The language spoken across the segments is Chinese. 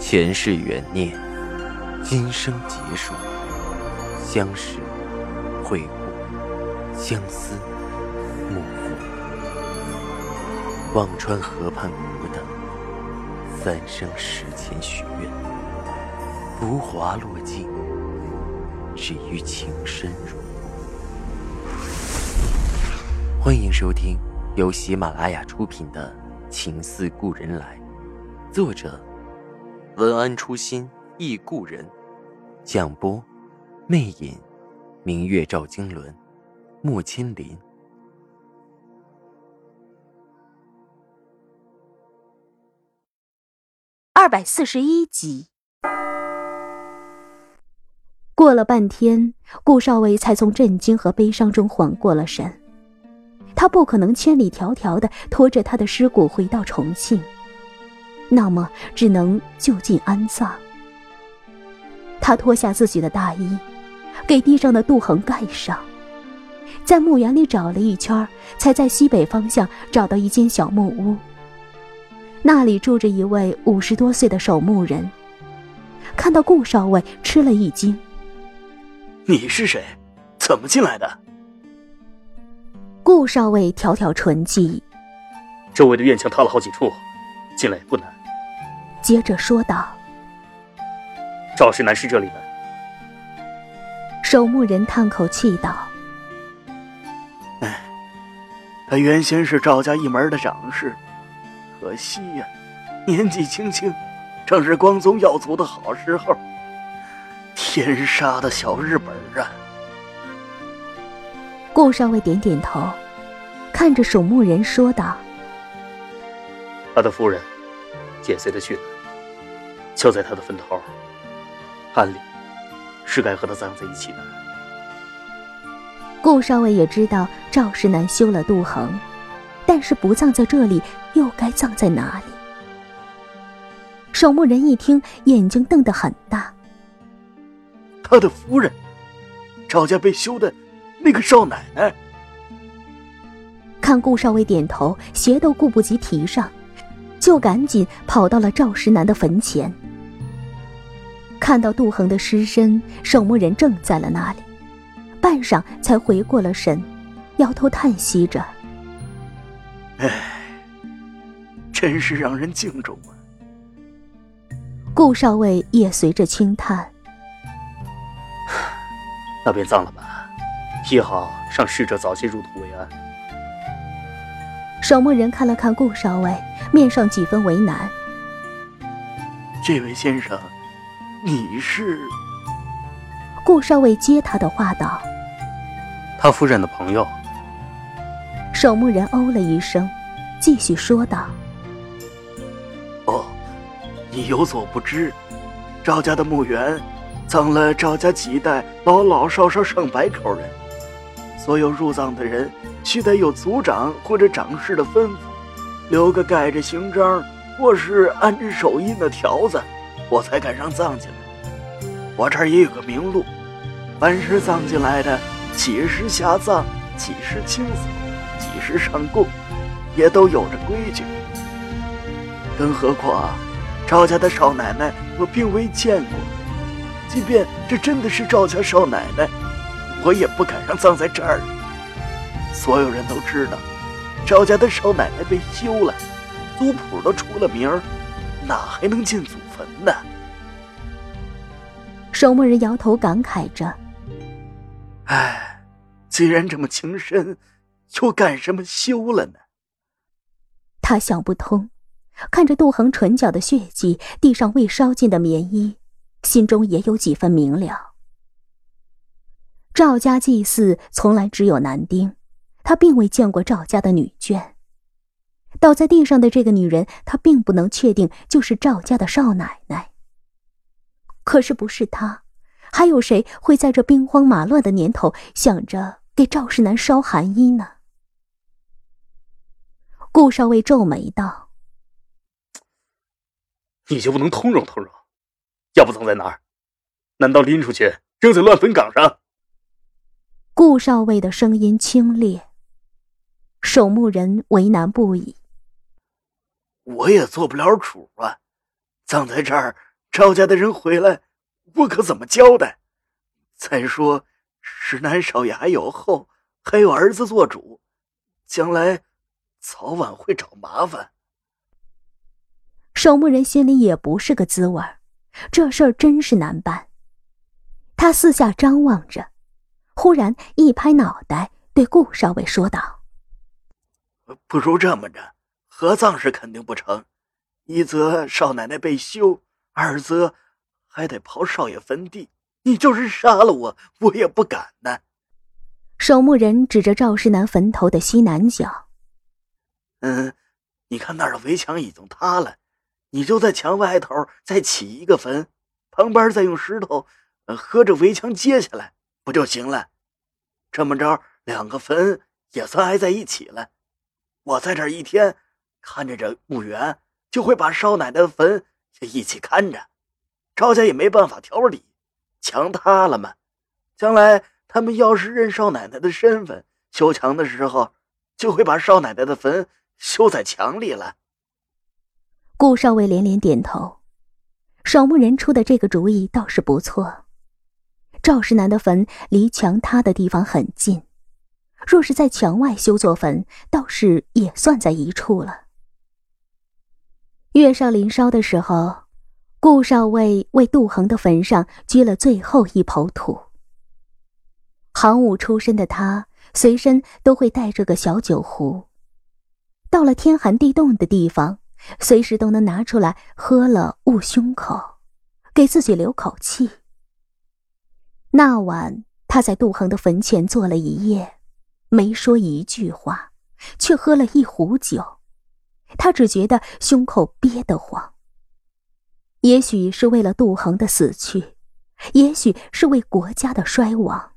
前世缘念，今生结束，相识会故，相思幕复。忘川河畔苦等，三生石前许愿，浮华落尽，只余情深入。欢迎收听由喜马拉雅出品的《情似故人来》，作者文安初心忆故人，蒋播魅影，明月照经纶，莫千林。 241集。过了半天，顾少伟才从震惊和悲伤中缓过了神。他不可能千里迢迢地拖着他的尸骨回到重庆，那么只能就近安葬。他脱下自己的大衣，给地上的杜衡盖上，在墓园里找了一圈，才在西北方向找到一间小木屋。那里住着一位50多岁的守墓人，看到顾少伟吃了一惊。 你是谁？怎么进来的？ 顾少伟挑挑唇际， 周围的院墙塌了好几处，进来也不难。 接着说道， 赵世南是这里的。 守墓人叹口气道， 他原先是赵家一门的长士，可惜呀，年纪轻轻，正是光宗耀祖的好时候，天杀的小日本啊！ 顾少伟点点头，看着守墓人说道， 他的夫人解随的去了，就在他的坟头，按理是该和他葬在一起的。 顾少伟也知道赵世南休了杜衡，但是不葬在这里，又该葬在哪里？守墓人一听，眼睛瞪得很大。 他的夫人，赵家被休的那个少奶奶。 看顾少伟点头，鞋都顾不及提上，就赶紧跑到了赵世南的坟前。看到杜衡的尸身，守墓人正在了那里，半晌才回过了神，摇头叹息着， 真是让人敬重啊。 顾少伟也随着轻叹， 那便葬了吧，也好让逝者早些入土为安。 守墓人看了看顾少伟，面上几分为难。 这位先生，你是？ 顾少伟接他的话道， 他夫人的朋友。 守墓人哦了一声，继续说道， 哦，你有所不知，赵家的墓园葬了赵家几代老老少少上百口人，所有入葬的人须得有族长或者长士的吩咐，留个盖着刑章或是按着手印的条子，我才敢让葬进来。我这儿也有个名录，凡是葬进来的，几时下葬，几时清扫，几时上供，也都有着规矩。更何况赵家的少奶奶我并未见过，即便这真的是赵家少奶奶，我也不敢让葬在这儿。所有人都知道赵家的少奶奶被休了，族谱都出了名，哪还能进祖坟呢？ 守墓人摇头感慨着， 既然这么情深，又干什么休了呢？ 他想不通，看着杜衡唇角的血迹，地上未烧尽的棉衣，心中也有几分明了。赵家祭祀从来只有男丁，他并未见过赵家的女眷。倒在地上的这个女人，他并不能确定就是赵家的少奶奶。可是不是她，还有谁会在这兵荒马乱的年头想着给赵世南烧寒衣呢？顾少伟皱眉道， 你就不能通融通融？要不葬在哪儿？难道拎出去扔在乱坟岗上？ 顾少伟的声音清冽。守墓人为难不已， 我也做不了主啊，葬在这儿赵家的人回来，我可怎么交代？再说石南少爷还有后，还有儿子做主，将来早晚会找麻烦。 守墓人心里也不是个滋味，这事儿真是难办。他四下张望着，忽然一拍脑袋，对顾少尉说道： 不如这么着，合葬是肯定不成，一则少奶奶被休，二则还得刨少爷坟地，你就是杀了我，我也不敢呢。 守墓人指着赵世南坟头的西南角： 你看那儿的围墙已经塌了，你就在墙外头再起一个坟，旁边再用石头合着围墙接下来，不就行了？这么着2个坟也算挨在一起了。我在这儿一天看着这墓园，就会把少奶奶的坟也一起看着，赵家也没办法挑理。墙塌了嘛，将来他们要是认少奶奶的身份，修墙的时候就会把少奶奶的坟修在墙里了。 顾少尉连连点头，守墓人出的这个主意倒是不错。赵世南的坟离墙塌的地方很近，若是在墙外修座坟，倒是也算在一处了。月上临烧的时候，顾少尉为杜衡的坟上掬了最后一抔土。行伍出身的他，随身都会带着个小酒壶，到了天寒地冻的地方，随时都能拿出来喝了捂胸口，给自己留口气。那晚他在杜衡的坟前坐了一夜，没说一句话，却喝了一壶酒。他只觉得胸口憋得慌。也许是为了杜衡的死去，也许是为国家的衰亡。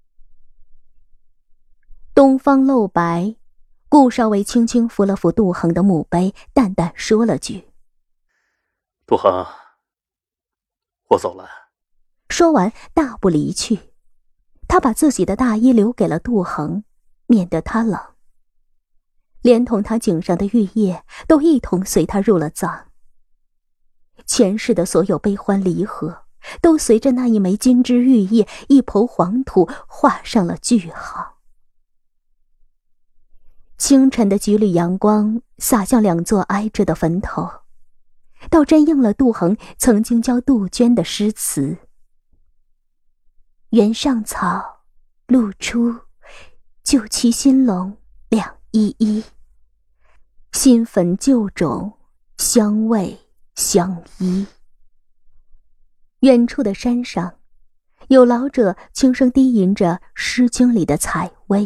东方露白，顾少尉轻轻扶了扶杜衡的墓碑，淡淡说了句： 杜衡，我走了。 说完大步离去。他把自己的大衣留给了杜衡，免得他冷，连同他颈上的玉叶都一同随他入了葬。前世的所有悲欢离合，都随着那一枚金枝玉叶，一抔黄土画上了句号。清晨的几缕阳光洒向2座挨着的坟头，倒真应了杜衡曾经教杜鹃的诗词：原上草，露出，旧栖新笼两依依。新坟旧冢，香味相依。远处的山上，有老者轻声低吟着《诗经》里的采薇：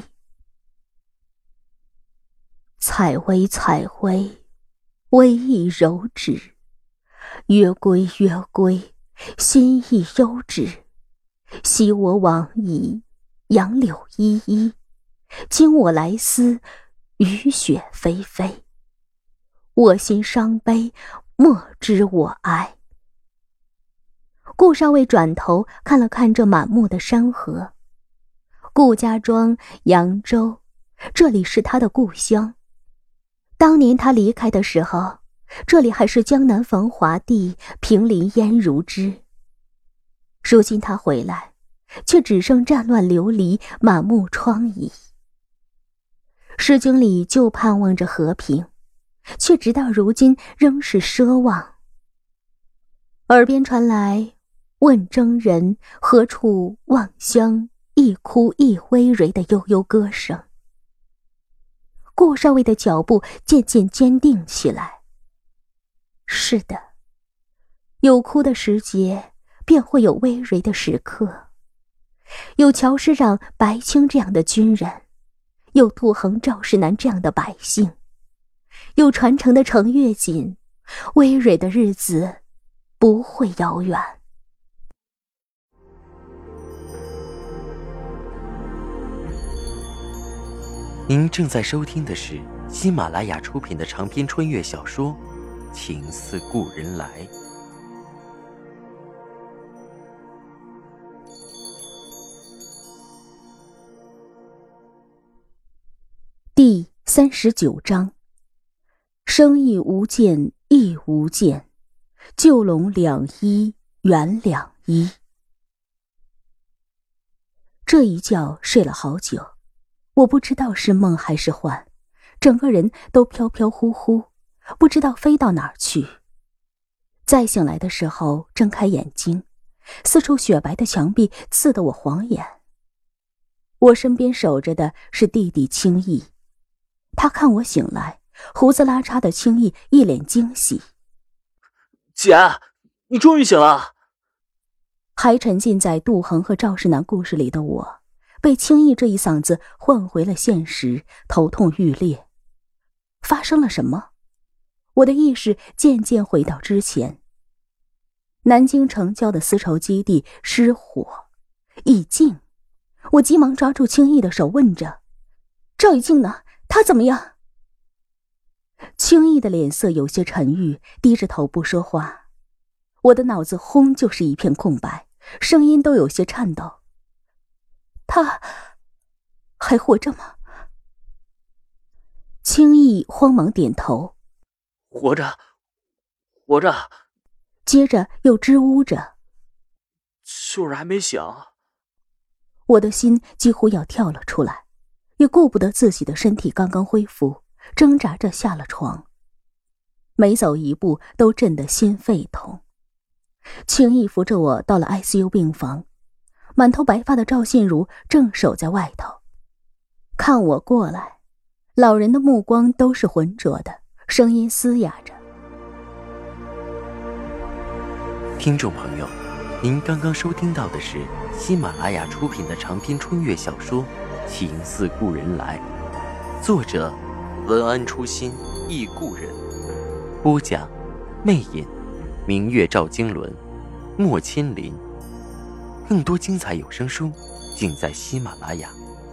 采薇采薇，微意柔指。约归约归，心意悠止。昔我往矣，杨柳依依。今我来思，雨雪霏霏。我心伤悲，莫知我哀。顾少尉转头看了看这满目的山河。顾家庄，扬州，这里是他的故乡。当年他离开的时候，这里还是江南繁华地，平林烟如织。如今他回来，却只剩战乱流离，满目疮痍。诗经里就盼望着和平，却直到如今仍是奢望。耳边传来问征人何处望乡，一哭一葳蕤的悠悠歌声。顾少尉的脚步渐渐坚定起来。是的，有哭的时节，便会有葳蕤的时刻。有乔师长、白青这样的军人，有杜衡、赵世南这样的百姓，有传承的程跃锦，葳蕤的日子不会遥远。 您正在收听的是喜马拉雅出品的长篇穿越小说《情似故人来》。 第39章：生亦无间，亦无间， 旧笼两依，原两依。这一觉睡了好久，我不知道是梦还是幻，整个人都飘飘忽忽，不知道飞到哪儿去。再醒来的时候，睁开眼睛，四处雪白的墙壁刺得我晃眼。我身边守着的是弟弟青逸，他看我醒来，胡子拉碴的青逸一脸惊喜：“ 姐，你终于醒了！” 还沉浸在杜衡和赵世南故事里的我，被青逸这一嗓子唤回了现实，头痛欲裂。发生了什么？我的意识渐渐回到之前。南京城郊的丝绸基地失火，已静。我急忙抓住青逸的手，问着：“赵以静呢？他怎么样？”青逸的脸色有些沉郁，低着头不说话。我的脑子轰就是一片空白，声音都有些颤抖。他还活着吗？青逸慌忙点头：“ 活着，活着。” 接着又支吾着：“ 就是还没醒。” 我的心几乎要跳了出来，也顾不得自己的身体刚刚恢复，挣扎着下了床。每走一步都震得心沸痛。青逸扶着我到了 ICU 病房，满头白发的赵信如正守在外头。看我过来，老人的目光都是浑浊的，声音嘶哑着：“ 听众朋友，您刚刚收听到的是喜马拉雅出品的长篇穿越小说《情似故人来》，作者文安初心忆故人，播讲魅影，明月照经纶，莫千林。更多精彩有声书尽在喜马拉雅。